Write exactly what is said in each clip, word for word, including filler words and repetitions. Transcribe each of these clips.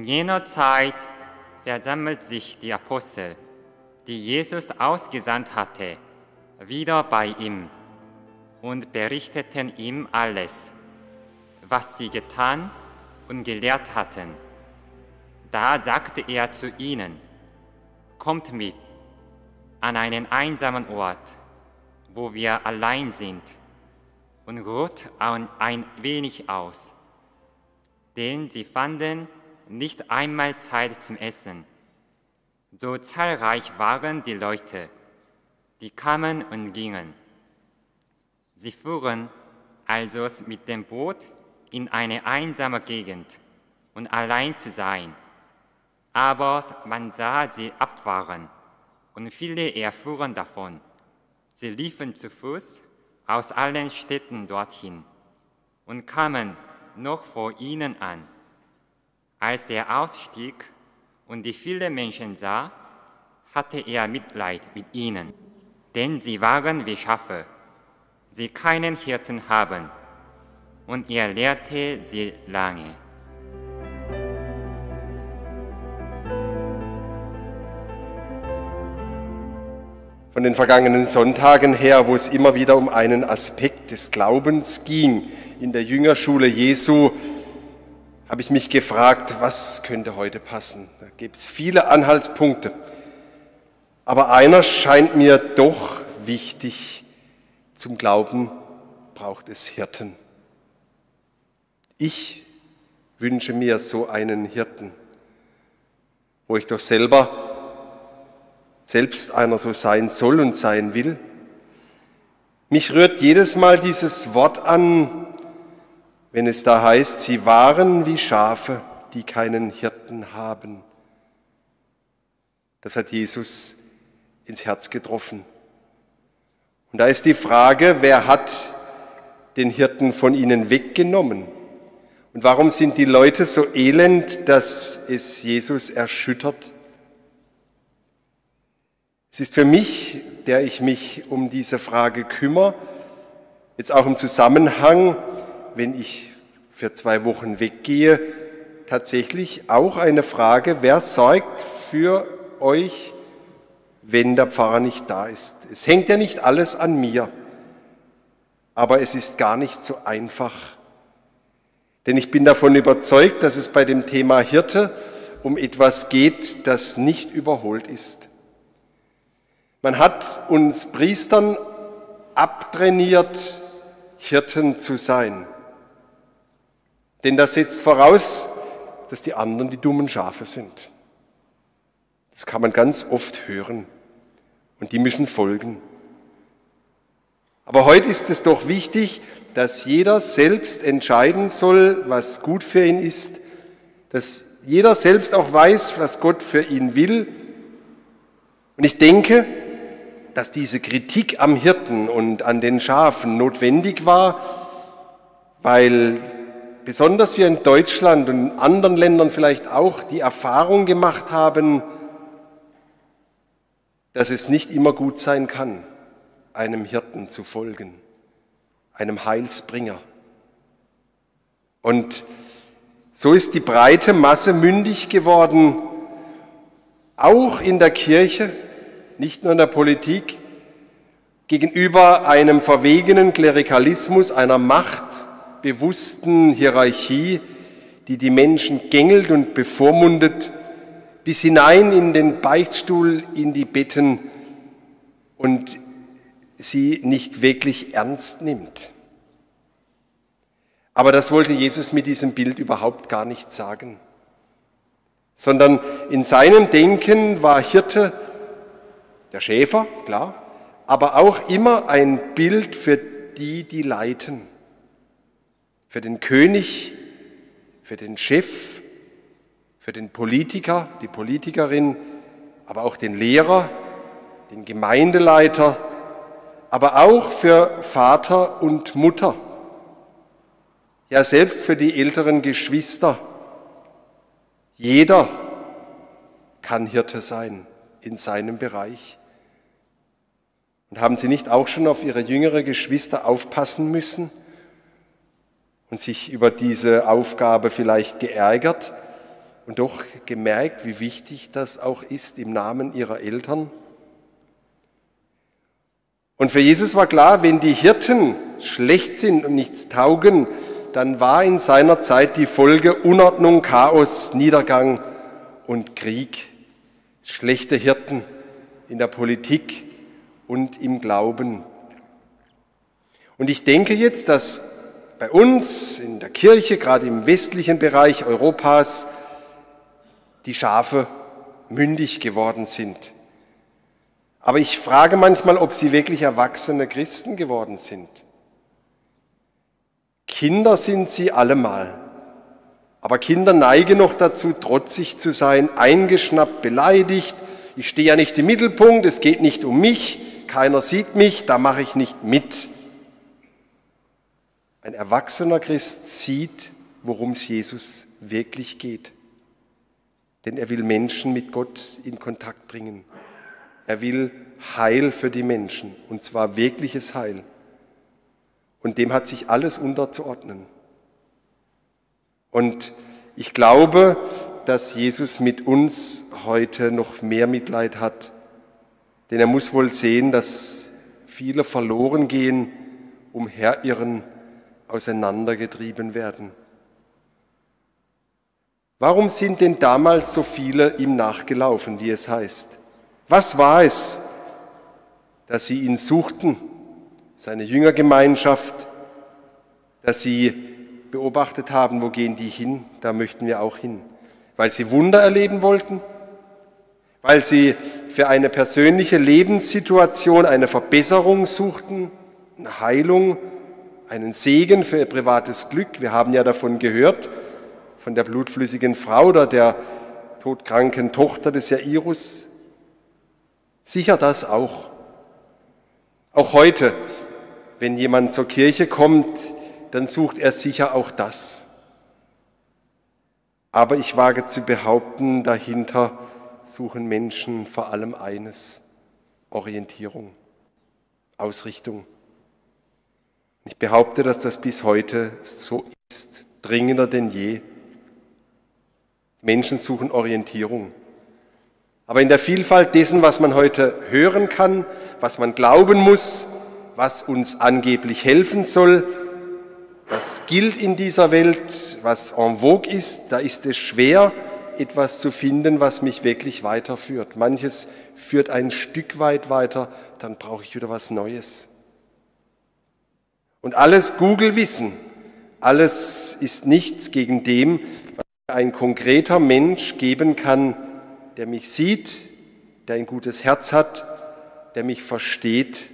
jener Zeit versammelt sich die Apostel, die Jesus ausgesandt hatte, wieder bei ihm und berichteten ihm alles, was sie getan und gelehrt hatten. Da sagte er zu ihnen: Kommt mit an einen einsamen Ort, wo wir allein sind, und ruht ein wenig aus. Denn sie fanden nicht einmal Zeit zum Essen. So zahlreich waren die Leute, die kamen und gingen. Sie fuhren also mit dem Boot in eine einsame Gegend, um allein zu sein. Aber man sah sie abfahren, und viele erfuhren davon. Sie liefen zu Fuß aus allen Städten dorthin und kamen noch vor ihnen an. Als er ausstieg und die vielen Menschen sah, hatte er Mitleid mit ihnen, denn sie waren wie Schafe, die keinen Hirten haben, und er lehrte sie lange. Von den vergangenen Sonntagen her, wo es immer wieder um einen Aspekt des Glaubens ging in der Jüngerschule Jesu, habe ich mich gefragt, was könnte heute passen? Da gibt es viele Anhaltspunkte. Aber einer scheint mir doch wichtig: Zum Glauben braucht es Hirten. Ich wünsche mir so einen Hirten, wo ich doch selber selbst einer so sein soll und sein will. Mich rührt jedes Mal dieses Wort an, wenn es da heißt, sie waren wie Schafe, die keinen Hirten haben. Das hat Jesus ins Herz getroffen. Und da ist die Frage, wer hat den Hirten von ihnen weggenommen? Und warum sind die Leute so elend, dass es Jesus erschüttert? Es ist für mich, der ich mich um diese Frage kümmere, jetzt auch im Zusammenhang, wenn ich für zwei Wochen weggehe, tatsächlich auch eine Frage: Wer sorgt für euch, wenn der Pfarrer nicht da ist? Es hängt ja nicht alles an mir, aber es ist gar nicht so einfach. Denn ich bin davon überzeugt, dass es bei dem Thema Hirte um etwas geht, das nicht überholt ist. Man hat uns Priestern abtrainiert, Hirten zu sein. Denn das setzt voraus, dass die anderen die dummen Schafe sind. Das kann man ganz oft hören. Und die müssen folgen. Aber heute ist es doch wichtig, dass jeder selbst entscheiden soll, was gut für ihn ist, dass jeder selbst auch weiß, was Gott für ihn will. Und ich denke, dass diese Kritik am Hirten und an den Schafen notwendig war, weil besonders wir in Deutschland und in anderen Ländern vielleicht auch die Erfahrung gemacht haben, dass es nicht immer gut sein kann, einem Hirten zu folgen, einem Heilsbringer. Und so ist die breite Masse mündig geworden, auch in der Kirche, nicht nur in der Politik, gegenüber einem verwegenen Klerikalismus, einer machtbewussten Hierarchie, die die Menschen gängelt und bevormundet, bis hinein in den Beichtstuhl, in die Betten und sie nicht wirklich ernst nimmt. Aber das wollte Jesus mit diesem Bild überhaupt gar nicht sagen, sondern in seinem Denken war Hirte der Schäfer, klar, aber auch immer ein Bild für die, die leiten, für den König, für den Chef, für den Politiker, die Politikerin, aber auch den Lehrer, den Gemeindeleiter, aber auch für Vater und Mutter, ja selbst für die älteren Geschwister. Jeder kann Hirte sein in seinem Bereich. Und haben Sie nicht auch schon auf Ihre jüngere Geschwister aufpassen müssen und sich über diese Aufgabe vielleicht geärgert und doch gemerkt, wie wichtig das auch ist im Namen ihrer Eltern. Und für Jesus war klar, wenn die Hirten schlecht sind und nichts taugen, dann war in seiner Zeit die Folge Unordnung, Chaos, Niedergang und Krieg. Schlechte Hirten in der Politik und im Glauben. Und ich denke jetzt, dass bei uns in der Kirche, gerade im westlichen Bereich Europas, die Schafe mündig geworden sind. Aber ich frage manchmal, ob sie wirklich erwachsene Christen geworden sind. Kinder sind sie allemal. Aber Kinder neigen noch dazu, trotzig zu sein, eingeschnappt, beleidigt. Ich stehe ja nicht im Mittelpunkt, es geht nicht um mich, keiner sieht mich, da mache ich nicht mit. Ein erwachsener Christ sieht, worum es Jesus wirklich geht. Denn er will Menschen mit Gott in Kontakt bringen. Er will Heil für die Menschen, und zwar wirkliches Heil. Und dem hat sich alles unterzuordnen. Und ich glaube, dass Jesus mit uns heute noch mehr Mitleid hat, denn er muss wohl sehen, dass viele verloren gehen, umherirren, auseinandergetrieben werden. Warum sind denn damals so viele ihm nachgelaufen, wie es heißt? Was war es, dass sie ihn suchten, seine Jüngergemeinschaft, dass sie beobachtet haben, wo gehen die hin, da möchten wir auch hin. Weil sie Wunder erleben wollten, weil sie für eine persönliche Lebenssituation eine Verbesserung suchten, eine Heilung, einen Segen für ihr privates Glück. Wir haben ja davon gehört, von der blutflüssigen Frau oder der todkranken Tochter des Jairus. Sicher das auch. Auch heute, wenn jemand zur Kirche kommt, dann sucht er sicher auch das. Aber ich wage zu behaupten, dahinter suchen Menschen vor allem eines: Orientierung, Ausrichtung. Ich behaupte, dass das bis heute so ist, dringender denn je. Menschen suchen Orientierung. Aber in der Vielfalt dessen, was man heute hören kann, was man glauben muss, was uns angeblich helfen soll, was gilt in dieser Welt, was en vogue ist, da ist es schwer, etwas zu finden, was mich wirklich weiterführt. Manches führt ein Stück weit weiter, dann brauche ich wieder was Neues. Und alles Google-Wissen, alles ist nichts gegen dem, was ein konkreter Mensch geben kann, der mich sieht, der ein gutes Herz hat, der mich versteht.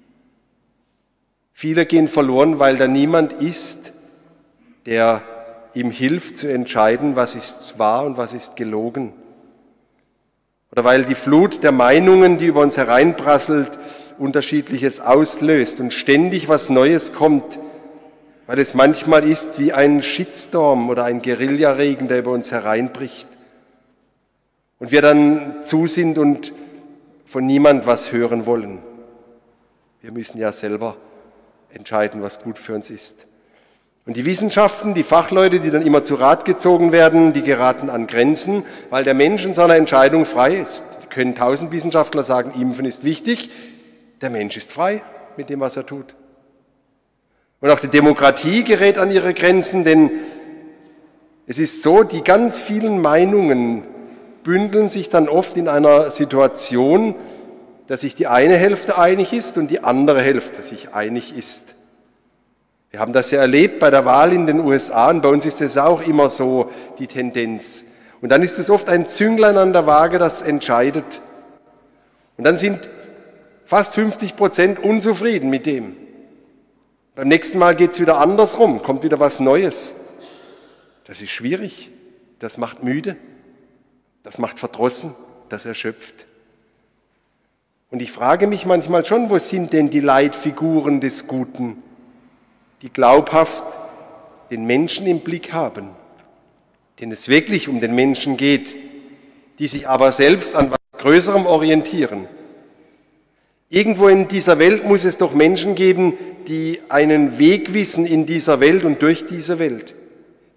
Viele gehen verloren, weil da niemand ist, der ihm hilft zu entscheiden, was ist wahr und was ist gelogen. Oder weil die Flut der Meinungen, die über uns hereinprasselt, Unterschiedliches auslöst und ständig was Neues kommt, weil es manchmal ist wie ein Shitstorm oder ein Guerillaregen, der über uns hereinbricht. Und wir dann zu sind und von niemand was hören wollen. Wir müssen ja selber entscheiden, was gut für uns ist. Und die Wissenschaften, die Fachleute, die dann immer zu Rat gezogen werden, die geraten an Grenzen, weil der Mensch in seiner Entscheidung frei ist. Die können tausend Wissenschaftler sagen, Impfen ist wichtig. Der Mensch ist frei mit dem, was er tut. Und auch die Demokratie gerät an ihre Grenzen, denn es ist so, die ganz vielen Meinungen bündeln sich dann oft in einer Situation, dass sich die eine Hälfte einig ist und die andere Hälfte sich einig ist. Wir haben das ja erlebt bei der Wahl in den U S A und bei uns ist es auch immer so die Tendenz. Und dann ist es oft ein Zünglein an der Waage, das entscheidet. Und dann sind fast fünfzig Prozent unzufrieden mit dem. Beim nächsten Mal geht es wieder andersrum, kommt wieder was Neues. Das ist schwierig, das macht müde, das macht verdrossen, das erschöpft. Und ich frage mich manchmal schon, wo sind denn die Leitfiguren des Guten, die glaubhaft den Menschen im Blick haben, denen es wirklich um den Menschen geht, die sich aber selbst an was Größerem orientieren. Irgendwo in dieser Welt muss es doch Menschen geben, die einen Weg wissen in dieser Welt und durch diese Welt,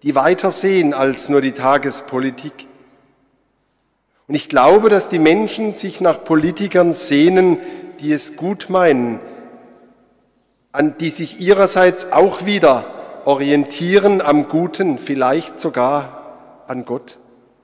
die weiter sehen als nur die Tagespolitik. Und ich glaube, dass die Menschen sich nach Politikern sehnen, die es gut meinen, an die sich ihrerseits auch wieder orientieren am Guten, vielleicht sogar an Gott.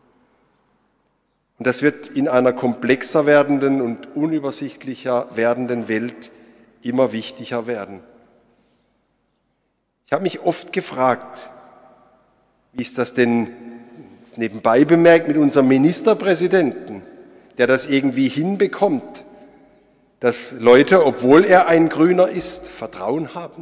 Und das wird in einer komplexer werdenden und unübersichtlicher werdenden Welt immer wichtiger werden. Ich habe mich oft gefragt, wie ist das denn das nebenbei bemerkt mit unserem Ministerpräsidenten, der das irgendwie hinbekommt, dass Leute, obwohl er ein Grüner ist, Vertrauen haben.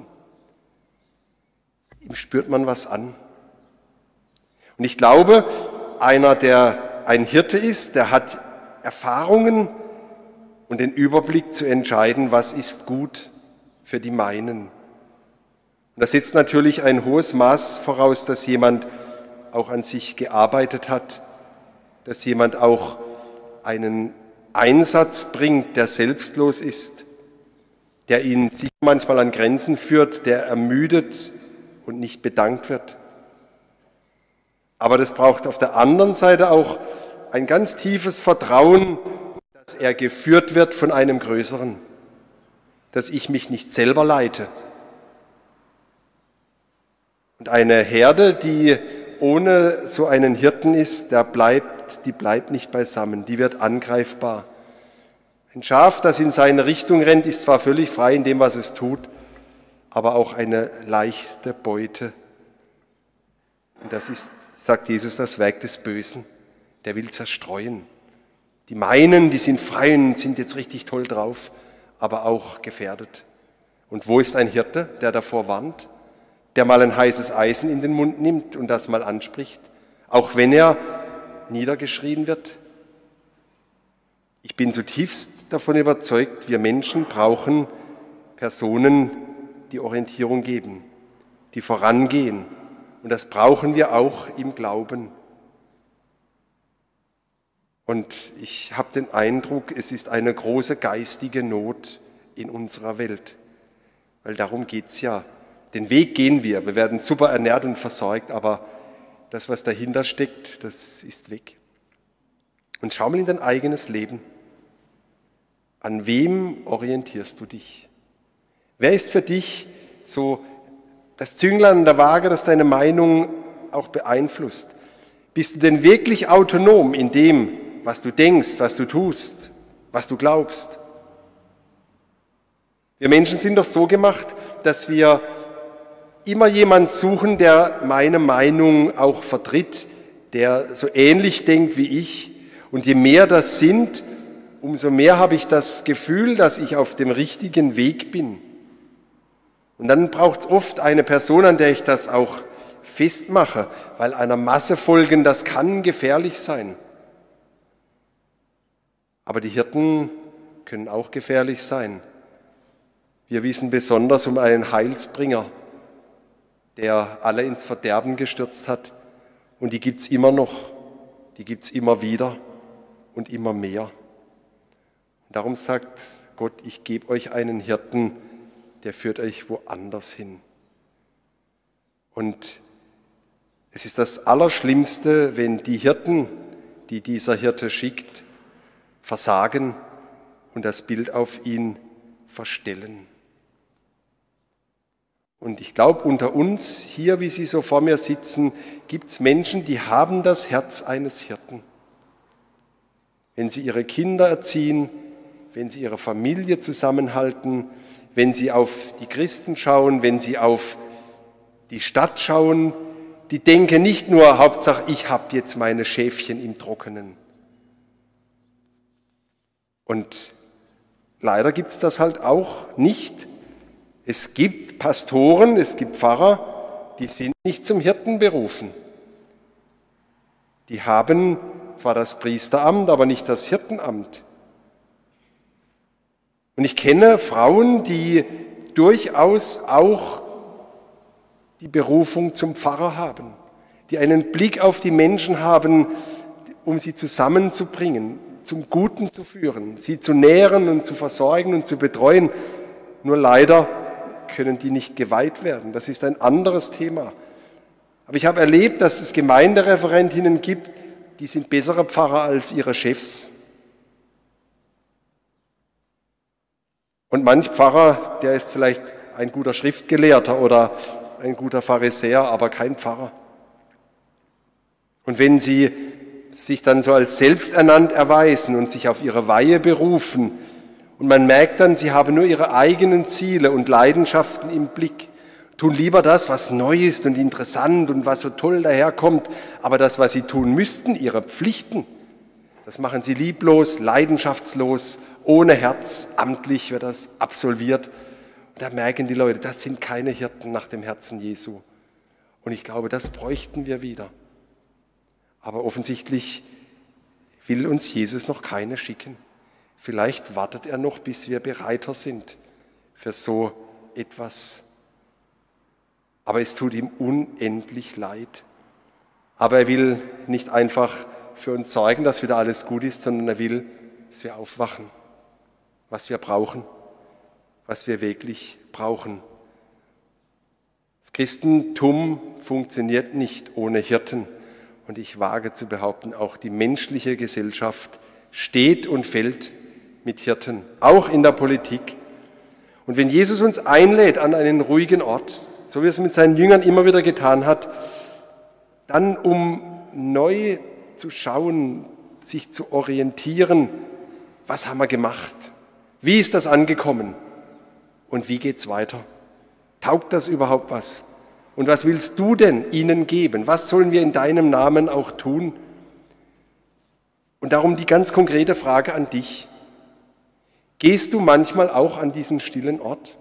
Ihm spürt man was an. Und ich glaube, einer, der ein Hirte ist, der hat Erfahrungen und den Überblick zu entscheiden, was ist gut für die meinen. Und das setzt natürlich ein hohes Maß voraus, dass jemand auch an sich gearbeitet hat, dass jemand auch einen Einsatz bringt, der selbstlos ist, der ihn sicher manchmal an Grenzen führt, der ermüdet und nicht bedankt wird. Aber das braucht auf der anderen Seite auch ein ganz tiefes Vertrauen, dass er geführt wird von einem Größeren, dass ich mich nicht selber leite. Und eine Herde, die ohne so einen Hirten ist, der bleibt, die bleibt nicht beisammen, die wird angreifbar. Ein Schaf, das in seine Richtung rennt, ist zwar völlig frei in dem, was es tut, aber auch eine leichte Beute. Und das ist, sagt Jesus, das Werk des Bösen. Der will zerstreuen. Die meinen, die sind frei und sind jetzt richtig toll drauf, aber auch gefährdet. Und wo ist ein Hirte, der davor warnt, der mal ein heißes Eisen in den Mund nimmt und das mal anspricht, auch wenn er niedergeschrien wird? Ich bin zutiefst davon überzeugt, wir Menschen brauchen Personen, die Orientierung geben, die vorangehen. Und das brauchen wir auch im Glauben. Und ich habe den Eindruck, es ist eine große geistige Not in unserer Welt. Weil darum geht es ja. Den Weg gehen wir. Wir werden super ernährt und versorgt, aber das, was dahinter steckt, das ist weg. Und schau mal in dein eigenes Leben. An wem orientierst du dich? Wer ist für dich so das Zünglein an der Waage, das deine Meinung auch beeinflusst? Bist du denn wirklich autonom in dem, was du denkst, was du tust, was du glaubst? Wir Menschen sind doch so gemacht, dass wir immer jemanden suchen, der meine Meinung auch vertritt, der so ähnlich denkt wie ich. Und je mehr das sind, umso mehr habe ich das Gefühl, dass ich auf dem richtigen Weg bin. Und dann braucht es oft eine Person, an der ich das auch festmache, weil einer Masse folgen, das kann gefährlich sein. Aber die Hirten können auch gefährlich sein. Wir wissen besonders um einen Heilsbringer, der alle ins Verderben gestürzt hat. Und die gibt es immer noch, die gibt es immer wieder und immer mehr. Und darum sagt Gott, ich gebe euch einen Hirten, der führt euch woanders hin. Und es ist das Allerschlimmste, wenn die Hirten, die dieser Hirte schickt, versagen und das Bild auf ihn verstellen. Und ich glaube, unter uns, hier, wie Sie so vor mir sitzen, gibt es Menschen, die haben das Herz eines Hirten. Wenn sie ihre Kinder erziehen, wenn sie ihre Familie zusammenhalten, wenn sie auf die Christen schauen, wenn sie auf die Stadt schauen, die denken nicht nur, Hauptsache ich habe jetzt meine Schäfchen im Trockenen. Und leider gibt es das halt auch nicht. Es gibt Pastoren, es gibt Pfarrer, die sind nicht zum Hirten berufen. Die haben zwar das Priesteramt, aber nicht das Hirtenamt. Und ich kenne Frauen, die durchaus auch die Berufung zum Pfarrer haben, die einen Blick auf die Menschen haben, um sie zusammenzubringen, zum Guten zu führen, sie zu nähren und zu versorgen und zu betreuen. Nur leider können die nicht geweiht werden. Das ist ein anderes Thema. Aber ich habe erlebt, dass es Gemeindereferentinnen gibt, die sind bessere Pfarrer als ihre Chefs. Und manch Pfarrer, der ist vielleicht ein guter Schriftgelehrter oder ein guter Pharisäer, aber kein Pfarrer. Und wenn sie sich dann so als selbsternannt erweisen und sich auf ihre Weihe berufen und man merkt dann, sie haben nur ihre eigenen Ziele und Leidenschaften im Blick, tun lieber das, was neu ist und interessant und was so toll daherkommt, aber das, was sie tun müssten, ihre Pflichten, das machen sie lieblos, leidenschaftslos, ohne Herz, amtlich wird das absolviert. Und da merken die Leute, das sind keine Hirten nach dem Herzen Jesu. Und ich glaube, das bräuchten wir wieder. Aber offensichtlich will uns Jesus noch keine schicken. Vielleicht wartet er noch, bis wir bereiter sind für so etwas. Aber es tut ihm unendlich leid. Aber er will nicht einfach für uns sorgen, dass wieder alles gut ist, sondern er will, dass wir aufwachen, was wir brauchen, was wir wirklich brauchen. Das Christentum funktioniert nicht ohne Hirten. Und ich wage zu behaupten, auch die menschliche Gesellschaft steht und fällt mit Hirten, auch in der Politik. Und wenn Jesus uns einlädt an einen ruhigen Ort, so wie er es mit seinen Jüngern immer wieder getan hat, dann um neu zu schauen, sich zu orientieren, was haben wir gemacht? Wie ist das angekommen? Und wie geht's weiter? Taugt das überhaupt was? Und was willst du denn ihnen geben? Was sollen wir in deinem Namen auch tun? Und darum die ganz konkrete Frage an dich. Gehst du manchmal auch an diesen stillen Ort?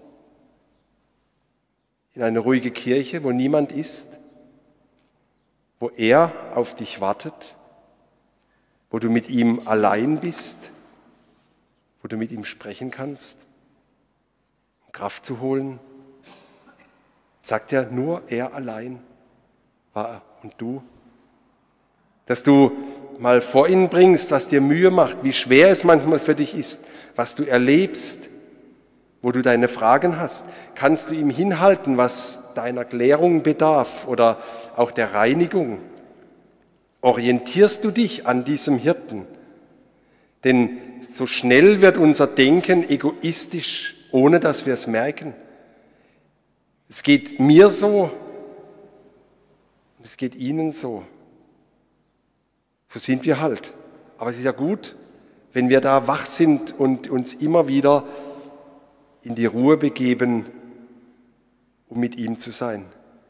In eine ruhige Kirche, wo niemand ist? Wo er auf dich wartet? Wo du mit ihm allein bist? Wo du mit ihm sprechen kannst? Um Kraft zu holen? Sagt ja nur er allein war er und du. Dass du mal vor ihn bringst, was dir Mühe macht, wie schwer es manchmal für dich ist, was du erlebst, wo du deine Fragen hast. Kannst du ihm hinhalten, was deiner Klärung bedarf oder auch der Reinigung? Orientierst du dich an diesem Hirten? Denn so schnell wird unser Denken egoistisch, ohne dass wir es merken. Es geht mir so und es geht ihnen so. So sind wir halt. Aber es ist ja gut, wenn wir da wach sind und uns immer wieder in die Ruhe begeben, um mit ihm zu sein.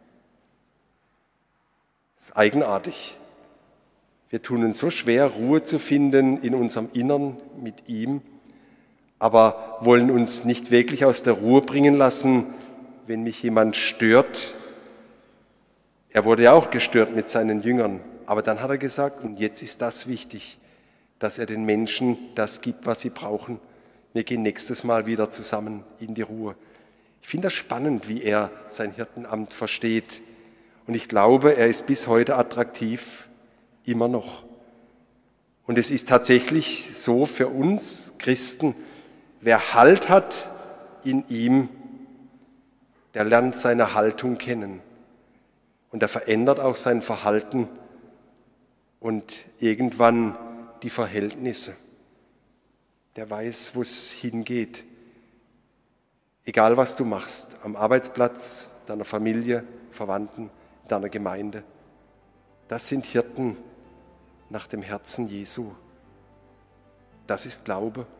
Das ist eigenartig. Wir tun uns so schwer, Ruhe zu finden in unserem Innern mit ihm, aber wollen uns nicht wirklich aus der Ruhe bringen lassen, wenn mich jemand stört. Er wurde ja auch gestört mit seinen Jüngern, aber dann hat er gesagt, und jetzt ist das wichtig, dass er den Menschen das gibt, was sie brauchen. Wir gehen nächstes Mal wieder zusammen in die Ruhe. Ich finde das spannend, wie er sein Hirtenamt versteht. Und ich glaube, er ist bis heute attraktiv, immer noch. Und es ist tatsächlich so für uns Christen, wer Halt hat in ihm, der lernt seine Haltung kennen und er verändert auch sein Verhalten und irgendwann die Verhältnisse. Der weiß, wo es hingeht. Egal, was du machst, am Arbeitsplatz, deiner Familie, Verwandten, deiner Gemeinde. Das sind Hirten nach dem Herzen Jesu. Das ist Glaube.